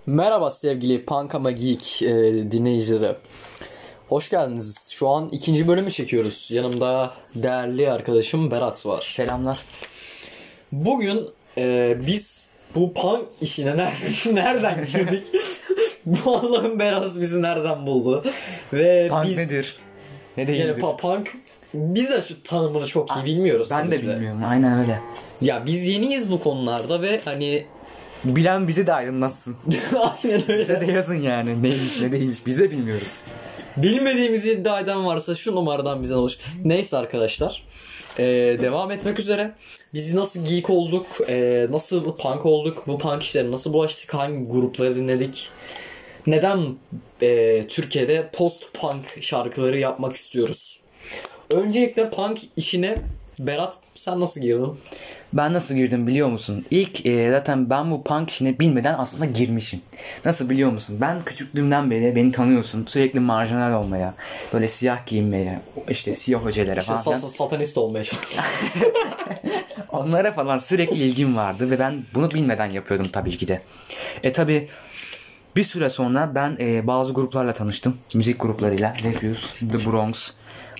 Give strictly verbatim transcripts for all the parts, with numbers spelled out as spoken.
Merhaba sevgili Punk Ama Geek e, dinleyicileri. Hoş geldiniz. Şu an ikinci bölümü çekiyoruz. Yanımda değerli arkadaşım Berat var. Selamlar. Bugün e, biz bu punk işine nereden, nereden girdik? Bu Allah'ın belası bizi nereden buldu? Ve Punk biz, nedir? Ne değildir? Yani pa- punk biz de şu tanımını çok iyi bilmiyoruz. Ben de ki bilmiyorum. Aynen öyle. Ya biz yeniyiz bu konularda ve hani bilen bizi de aydınlatsın. aynen öyle. Bize de yazın yani. Neymiş ne değilmiş. Biz de bilmiyoruz. Bilmediğimizi iddia eden varsa şu numaradan bize ulaş. Neyse arkadaşlar. Ee, devam etmek üzere. Biz nasıl geek olduk? E, nasıl punk olduk? Bu punk işlerine nasıl bulaştık? Hangi grupları dinledik? Neden e, Türkiye'de post-punk şarkıları yapmak istiyoruz? Öncelikle punk işine Berat sen nasıl girdin? Ben nasıl girdim biliyor musun? İlk e, zaten ben bu punk işine bilmeden aslında girmişim. Nasıl biliyor musun? Ben küçüklüğümden beri beni tanıyorsun. Sürekli marjinal olmaya, böyle siyah giyinmeye, işte siyah hocalara İşte falan. sa- satanist olmaya çalışıyorum. Onlara falan sürekli ilgim vardı ve ben bunu bilmeden yapıyordum tabii ki de. E tabii bir süre sonra ben e, bazı gruplarla tanıştım. Müzik gruplarıyla. Refuse, The Bronx,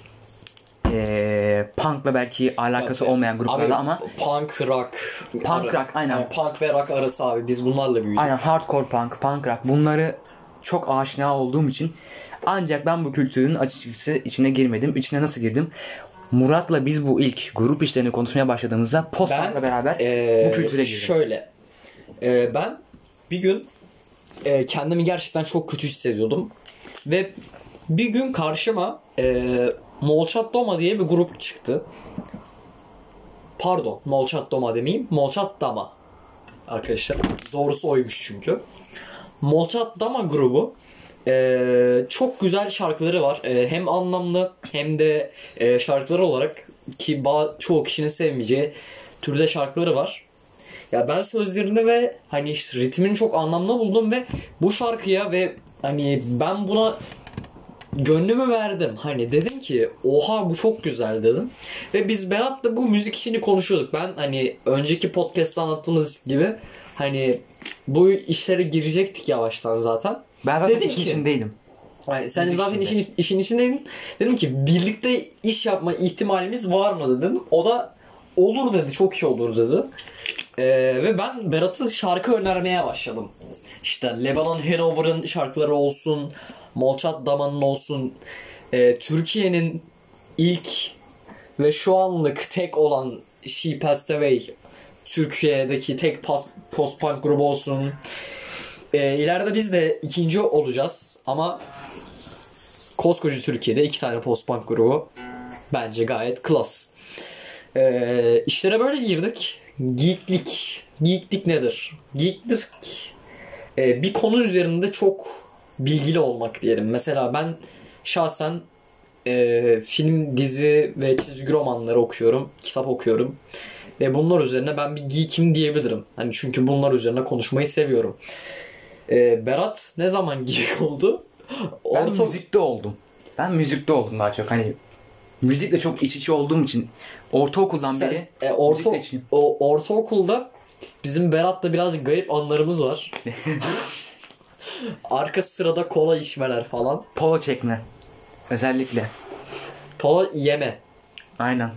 e, punk'la belki alakası Evet, olmayan gruplarla abi, ama punk rock. Punk Ara- rock, aynen. Yani punk ve rock arası abi. Biz bunlarla büyüdük. aynen hardcore punk, punk rock bunları çok aşina olduğum için ancak ben bu kültürün açıkçası içine girmedim. İçine nasıl girdim? Murat'la biz bu ilk grup işlerini konuşmaya başladığımızda post-punk'la beraber ee, bu kültüre girdim. Şöyle. E, ben bir gün e, kendimi gerçekten çok kötü hissediyordum. Ve bir gün karşıma e, Molchat Doma diye bir grup çıktı. Pardon, Molchat Doma demeyeyim. Molchat Dama. Arkadaşlar. Doğrusu oymuş çünkü. Molchat Dama grubu e, çok güzel şarkıları var. E, hem anlamlı hem de e, şarkıları olarak ki ba- çoğu kişinin sevmeyeceği türde şarkıları var. Ya ben sözlerini ve hani işte ritmini çok anlamlı buldum ve bu şarkıya ve hani ben buna gönlümü verdim. Hani dedim ki oha bu çok güzel dedim. Ve biz Berat'la bu müzik işini konuşuyorduk. Ben hani önceki podcast'ta anlattığımız gibi hani bu işlere girecektik yavaştan zaten. Ben zaten Dedim işin ki- içindeydim. Yani sen Müzik zaten işinde. işin, işin içindeydin. Dedim ki birlikte iş yapma ihtimalimiz var mı dedim. O da olur dedi. Çok iyi olur dedi. Ee, ve ben Berat'a şarkı önermeye başladım. İşte Lebanon Hanover'ın şarkıları olsun, Molchat Dama'nın olsun, e, Türkiye'nin ilk ve şu anlık tek olan She Passed Away, Türkiye'deki tek post-punk grubu olsun. E, ileride biz de ikinci olacağız ama koskoca Türkiye'de iki tane post-punk grubu bence gayet klas. E, işlere böyle girdik. Geeklik. Geeklik nedir? Geeklik e, bir konu üzerinde çok bilgili olmak diyelim. Mesela ben şahsen e, film, dizi ve çizgi romanları okuyorum. Kitap okuyorum. Ve bunlar üzerine ben bir geekim diyebilirim. Hani çünkü bunlar üzerine konuşmayı seviyorum. E, Berat ne zaman geek oldu? Ben Orta... müzikte oldum. Ben müzikte oldum daha çok. Hani müzikle çok iç içe olduğum için ortaokuldan Sen- beri e, orta, müzikle içim. o, ortaokulda bizim Berat'la biraz garip anlarımız var. Arka sırada kola içmeler falan. Polo çekme. Özellikle. Kola yeme. Aynen.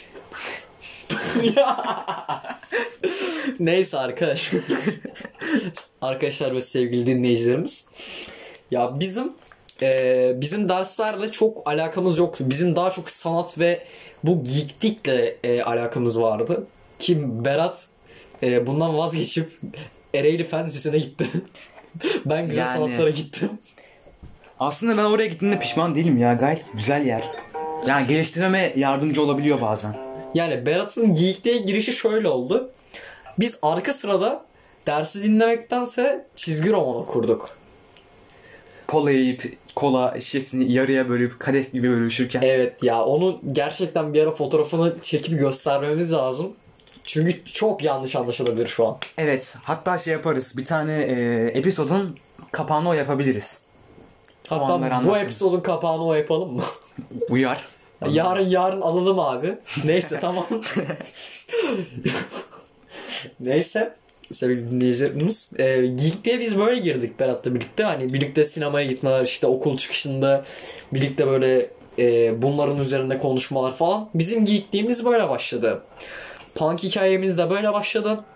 Neyse arkadaş. Arkadaşlar ve sevgili dinleyicilerimiz. Ya bizim e, bizim derslerle çok alakamız yoktu. Bizim daha çok sanat ve bu geeklikle e, alakamız vardı. Ki Berat e, bundan vazgeçip Ereğli Fen Lisesi'ne gitti. Ben güzel Yani- sanatlara gittim. Aslında ben oraya gittiğimde pişman değilim ya. Gayet güzel yer. Yani geliştirmeme yardımcı olabiliyor bazen. Yani Berat'ın geekliğe girişi şöyle oldu. Biz arka sırada dersi dinlemektense çizgi roman okurduk. Kola yiyip kola şişesini yarıya bölüp kadeh gibi bölüşürken. Evet ya onu gerçekten bir ara fotoğrafını çekip göstermemiz lazım. Çünkü çok yanlış anlaşılabilir şu an. Evet. Hatta şey yaparız. Bir tane e, episodun kapağını o yapabiliriz. O anları Hatta bu anlattınız. episodun kapağını o yapalım mı? Uyar. yarın yarın alalım abi. Neyse tamam. Neyse. sevgili dinleyicilerimiz. E, Geek'te biz böyle girdik Berat'la birlikte. Hani birlikte sinemaya gitmeler, işte okul çıkışında birlikte böyle e, bunların üzerinde konuşmalar falan. Bizim Geek'liğimiz böyle başladı. Punk hikayemiz de böyle başladı.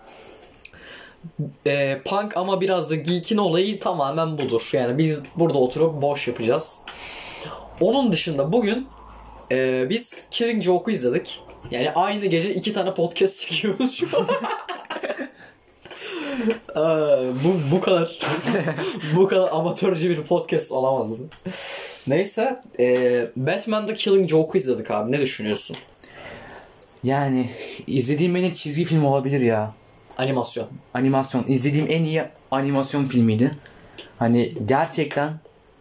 E, punk ama biraz da Geek'in olayı tamamen budur. Yani biz burada oturup boş yapacağız. Onun dışında bugün e, biz Killing Joke'u izledik. Yani aynı gece iki tane podcast çekiyoruz şu an. Aa, bu bu kadar bu kadar amatörce bir podcast olamazdı. Neyse, e, Batman'da Killing Joke'u izledik abi. Ne düşünüyorsun? Yani izlediğim en iyi çizgi film olabilir ya. Animasyon. Animasyon. İzlediğim en iyi animasyon filmiydi. Hani gerçekten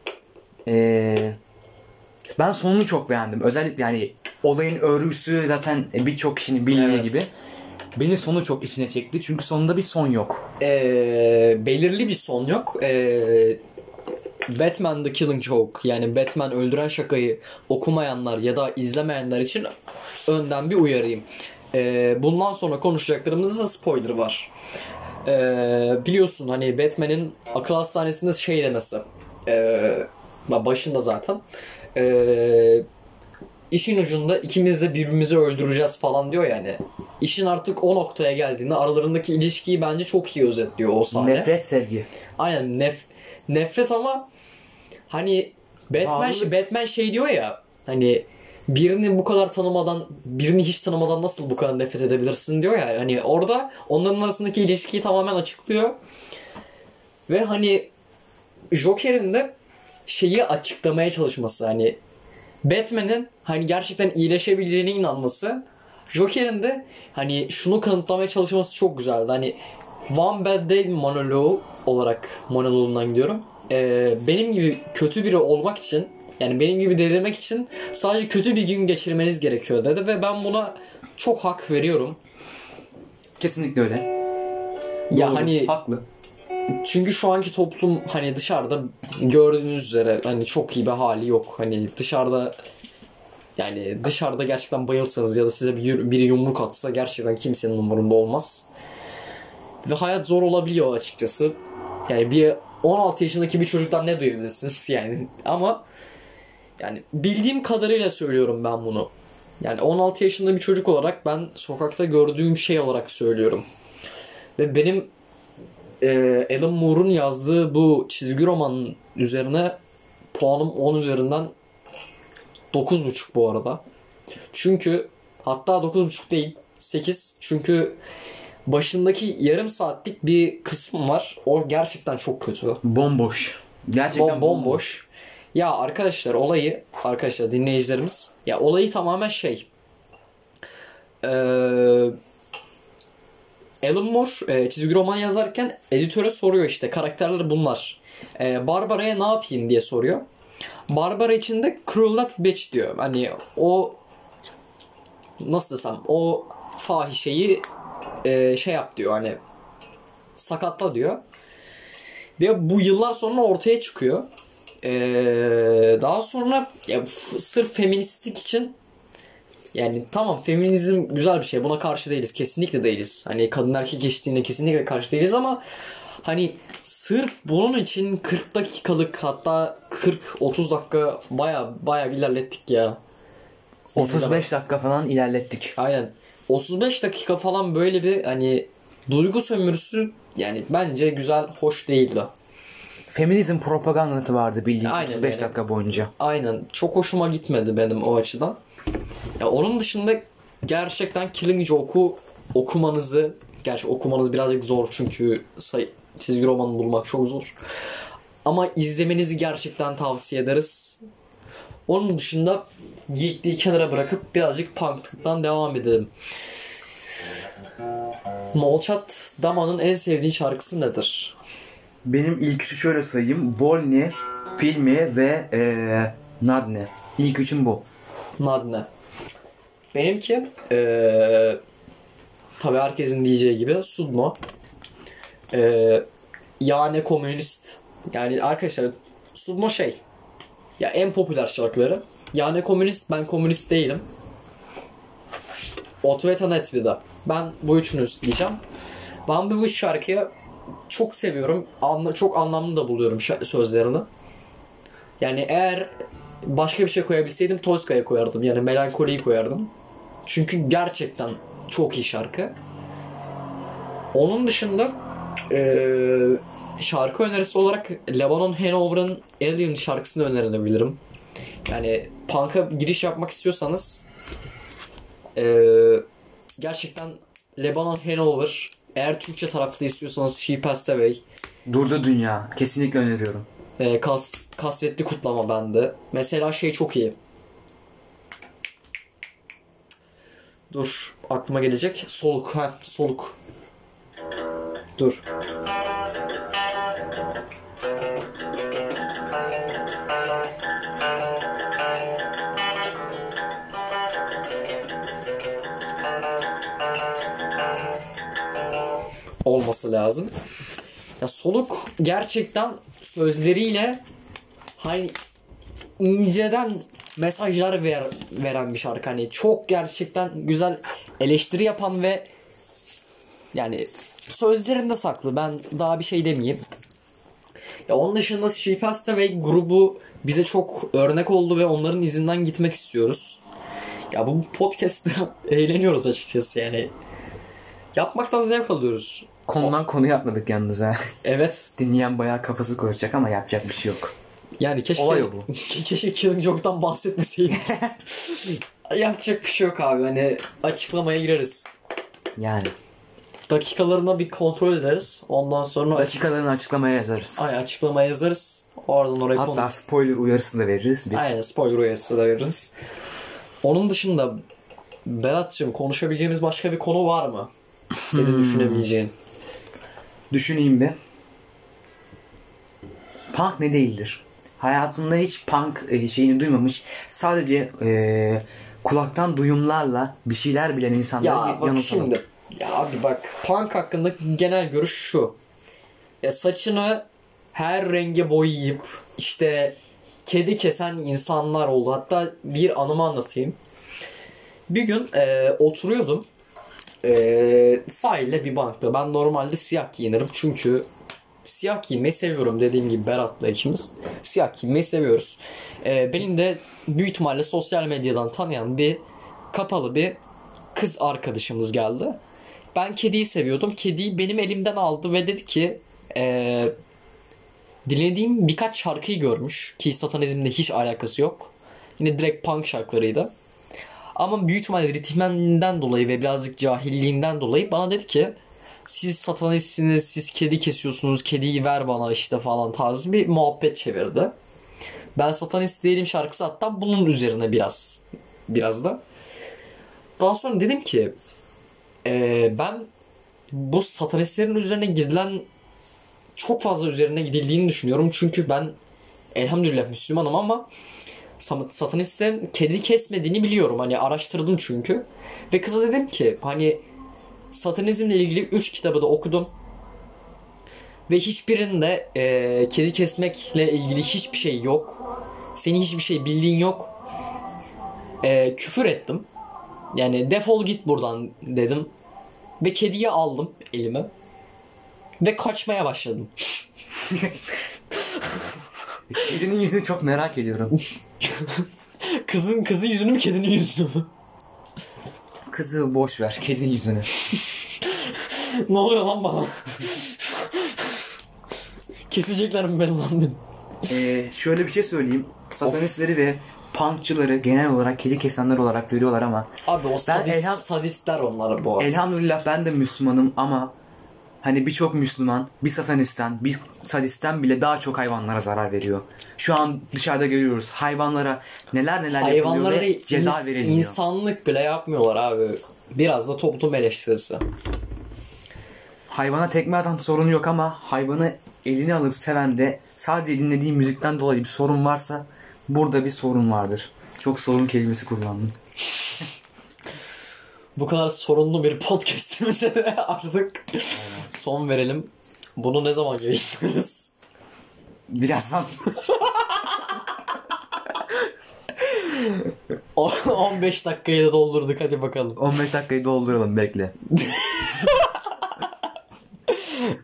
ee, ben sonunu çok beğendim. Özellikle yani olayın örgüsü zaten birçok kişinin bildiği Evet. gibi. Beni sonu çok içine çekti. Çünkü sonunda bir son yok. Ee, belirli bir son yok. Ee, Batman The Killing Joke, yani Batman Öldüren Şakayı okumayanlar ya da izlemeyenler için önden bir uyarayım. Ee, bundan sonra konuşacaklarımızda spoiler var. Ee, biliyorsun hani Batman'in akıl hastanesinde şey demesi. Ee, başında zaten. Ee, işin ucunda ikimiz de birbirimizi öldüreceğiz falan diyor yani. İşin artık o noktaya geldiğinde aralarındaki ilişkiyi bence çok iyi özetliyor o sahne. Nefret, sevgi. Aynen nef nefret ama hani Batman, Bağlılık. Batman şey diyor ya, hani birini bu kadar tanımadan, birini hiç tanımadan nasıl bu kadar nefret edebilirsin diyor ya. Hani orada onların arasındaki ilişkiyi tamamen açıklıyor. Ve hani Joker'in de şeyi açıklamaya çalışması, hani Batman'in hani gerçekten iyileşebileceğine inanması, Joker'in de hani şunu kanıtlamaya çalışması çok güzeldi. Hani One Bad Day monoloğu olarak monoloğundan gidiyorum. Ee, benim gibi kötü biri olmak için, yani benim gibi delirmek için sadece kötü bir gün geçirmeniz gerekiyor dedi ve ben buna çok hak veriyorum. Kesinlikle öyle. Ya Doğru, hani haklı. çünkü şu anki toplum hani dışarıda gördüğünüz üzere hani çok iyi bir hali yok. Hani dışarıda, yani dışarıda gerçekten bayılsanız ya da size bir, biri yumruk atsa gerçekten kimsenin umurunda olmaz. Ve hayat zor olabiliyor açıkçası. Yani bir on altı yaşındaki bir çocuktan ne duyabilirsiniz yani, ama yani bildiğim kadarıyla söylüyorum ben bunu. Yani on altı yaşında bir çocuk olarak ben sokakta gördüğüm şey olarak söylüyorum. Ve benim e, Alan Moore'un yazdığı bu çizgi romanın üzerine puanım on üzerinden dokuz buçuk bu arada. Çünkü hatta dokuz buçuk değil, sekiz. Çünkü başındaki yarım saatlik bir kısım var. O gerçekten çok kötü. Bomboş. Gerçekten Bom, bomboş. Ya arkadaşlar olayı, arkadaşlar dinleyicilerimiz, ya olayı tamamen şey. Ee, Alan Moore e, çizgi roman yazarken editöre soruyor, işte karakterler bunlar. E, Barbara'ya ne yapayım diye soruyor. Barbara için de Cruel That Bitch diyor. Hani o nasıl desem, o fahişeyi e, şey yap diyor, hani sakatla diyor. Ve bu yıllar sonra ortaya çıkıyor. Ee, daha sonra ya, f- sırf feministlik için, yani tamam feminizm güzel bir şey, buna karşı değiliz, kesinlikle değiliz. Hani kadın erkek eşitliğine kesinlikle karşı değiliz ama hani sırf bunun için kırk dakikalık, hatta kırk otuz dakika baya baya ilerlettik ya. otuz beş dakika falan ilerlettik. Aynen. otuz beş dakika falan böyle bir hani duygu sömürüsü, yani bence güzel, hoş değildi. Feminizm propagandası vardı bildiğin Aynen otuz beş öyle. dakika boyunca. Aynen. Çok hoşuma gitmedi benim o açıdan. Ya onun dışında gerçekten Killing Joke'u okumanızı, gerçi okumanız birazcık zor çünkü say- çizgi romanı bulmak çok zor. Ama izlemenizi gerçekten tavsiye ederiz. Onun dışında geekliği kenara bırakıp birazcık punk'tan devam edelim. Molchat Dama'nın en sevdiğin şarkısı nedir? Benim ilk üçü şöyle sayayım. Volny, Filmi ve ee, Nadne. İlk üçüm bu. Nadne. Benimki ee, tabii herkesin diyeceği gibi Sudmo. Ee, yani komünist. Yani arkadaşlar Sudmo şey, ya en popüler şarkıları. Yani komünist, ben komünist değilim. Otveta Netvida. Ben bu üçünü diyeceğim. Ben bu şarkıyı çok seviyorum. Anla, çok anlamlı da buluyorum sözlerini. Yani eğer başka bir şey koyabilseydim Toska'ya koyardım. Yani Melankoli'yi koyardım. Çünkü gerçekten çok iyi şarkı. Onun dışında ee, şarkı önerisi olarak Lebanon Hanover'ın Alien şarkısını önerebilirim. Yani punk'a giriş yapmak istiyorsanız ee, gerçekten Lebanon Hanover, eğer Türkçe tarafta istiyorsanız She Passed Away. Durdu Dünya. Kesinlikle öneriyorum. Ee, kas, kasvetli kutlama bende. Mesela şey çok iyi. Dur, aklıma gelecek. Soluk, ha, soluk. Dur. Olması lazım. Ya soluk gerçekten sözleriyle hani inceden mesajlar ver, veren bir şarkı. Hani çok gerçekten güzel eleştiri yapan ve yani sözlerinde saklı. Ben daha bir şey demeyeyim. Ya onun dışında She Passed Away grubu bize çok örnek oldu ve onların izinden gitmek istiyoruz. Ya bu podcast'te eğleniyoruz açıkçası yani. Yapmaktan zevk alıyoruz. Konudan konuya atladık yalnız ha. Evet. Dinleyen bayağı kafası karışacak ama yapacak bir şey yok. Yani keşke olay o bu. keşke Killing Joke'dan bahsetmeseydik. Yapacak bir şey yok abi. Hani açıklamaya gireriz. Yani. Dakikalarına bir kontrol ederiz. Ondan sonra Dakikalarını açıklamaya yazarız. ay açıklamaya yazarız. Oradan oraya Hatta konu... spoiler uyarısını da veririz. Bir... Aynen spoiler uyarısı da veririz. Onun dışında Berat'cığım konuşabileceğimiz başka bir konu var mı? Senin hmm. düşünebileceğin. Düşüneyim bir. Punk ne değildir? Hayatında hiç punk şeyini duymamış, sadece e, kulaktan duyumlarla bir şeyler bilen insanları ya bak şimdi, ya abi bak, punk hakkında genel görüş şu. Ya saçını her renge boyayıp işte kedi kesen insanlar oldu. Hatta bir anımı anlatayım. Bir gün e, oturuyordum e, sahilde bir bankta. Ben normalde siyah giyinirim çünkü siyah giymeyi seviyorum, dediğim gibi Berat'la ikimiz siyah giymeyi seviyoruz. Ee, benim de büyük ihtimalle sosyal medyadan tanıyan bir kapalı bir kız arkadaşımız geldi. Ben kediyi seviyordum. Kediyi benim elimden aldı ve dedi ki ee, dinlediğim birkaç şarkıyı görmüş ki satanizmle hiç alakası yok. Yine direkt punk şarkılarıydı. Ama büyük ihtimalle ritminden dolayı ve birazcık cahilliğinden dolayı bana dedi ki siz satanistsiniz, siz kedi kesiyorsunuz, kediyi ver bana işte falan tarzı bir muhabbet çevirdi. Ben satanist değilim şarkısı hatta bunun üzerine biraz biraz da. Daha sonra dedim ki ee, ben bu satanistlerin üzerine gidilen çok fazla üzerine gidildiğini düşünüyorum. Çünkü ben elhamdülillah Müslümanım ama satanistlerin kedi kesmediğini biliyorum. Hani araştırdım çünkü. Ve kıza dedim ki hani satanizmle ilgili üç kitabı da okudum. Ve hiçbirinde e, kedi kesmekle ilgili hiçbir şey yok. Senin hiçbir şey bildiğin yok. E, küfür ettim. Yani defol git buradan dedim. Ve kediyi aldım elime. Ve kaçmaya başladım. Kedinin yüzünü çok merak ediyorum. Kızın kızın yüzünü mü, kedinin yüzünü mü? Kızı boş ver, kedinin yüzünü. Ne oluyor lan bana? Kesecekler mi beni lan benim? Ee, şöyle bir şey söyleyeyim. Satanistleri ve punkçıları genel olarak kedi kesenler olarak görüyorlar ama abi o sadist, elham... sadistler onlar bu arada. Elhamdülillah ben de Müslümanım ama hani birçok Müslüman bir satanistten, bir sadistten bile daha çok hayvanlara zarar veriyor. Şu an dışarıda görüyoruz. Hayvanlara neler neler hayvanlara yapılıyor ve ceza ins- verilmiyor. İnsanlık bile yapmıyorlar abi. Biraz da toplum eleştirisi. Hayvana tekme atan sorun yok ama hayvanı eline alıp seven de sadece dinlediği müzikten dolayı bir sorun varsa burada bir sorun vardır. Çok sorun kelimesi kullandım. Bu kadar sorunlu bir podcast'imize de artık son verelim. Bunu ne zaman yayınlarız? Birazdan. on beş dakikayı da doldurduk, hadi bakalım. on beş dakikayı dolduralım, bekle.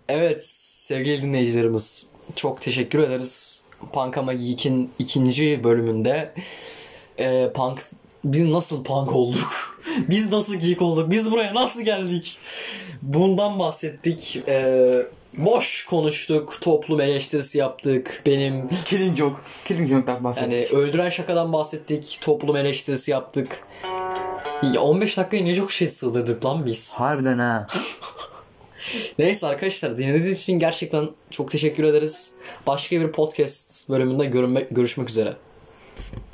Evet sevgili dinleyicilerimiz, çok teşekkür ederiz. Punk Ama Geek'in ikinci bölümünde e, punk, biz nasıl punk olduk? Biz nasıl geek olduk? Biz buraya nasıl geldik? Bundan bahsettik. E, boş konuştuk. Toplum eleştirisi yaptık. Benim Killing Joke. Killing Joke'dan bahsettik. yani öldüren şakadan bahsettik. Toplum eleştirisi yaptık. Ya on beş dakikaya ne çok şey sığdırdık lan biz. Harbiden ha. Neyse arkadaşlar, dinlediğiniz için gerçekten çok teşekkür ederiz. Başka bir podcast bölümünde görünme, görüşmek üzere.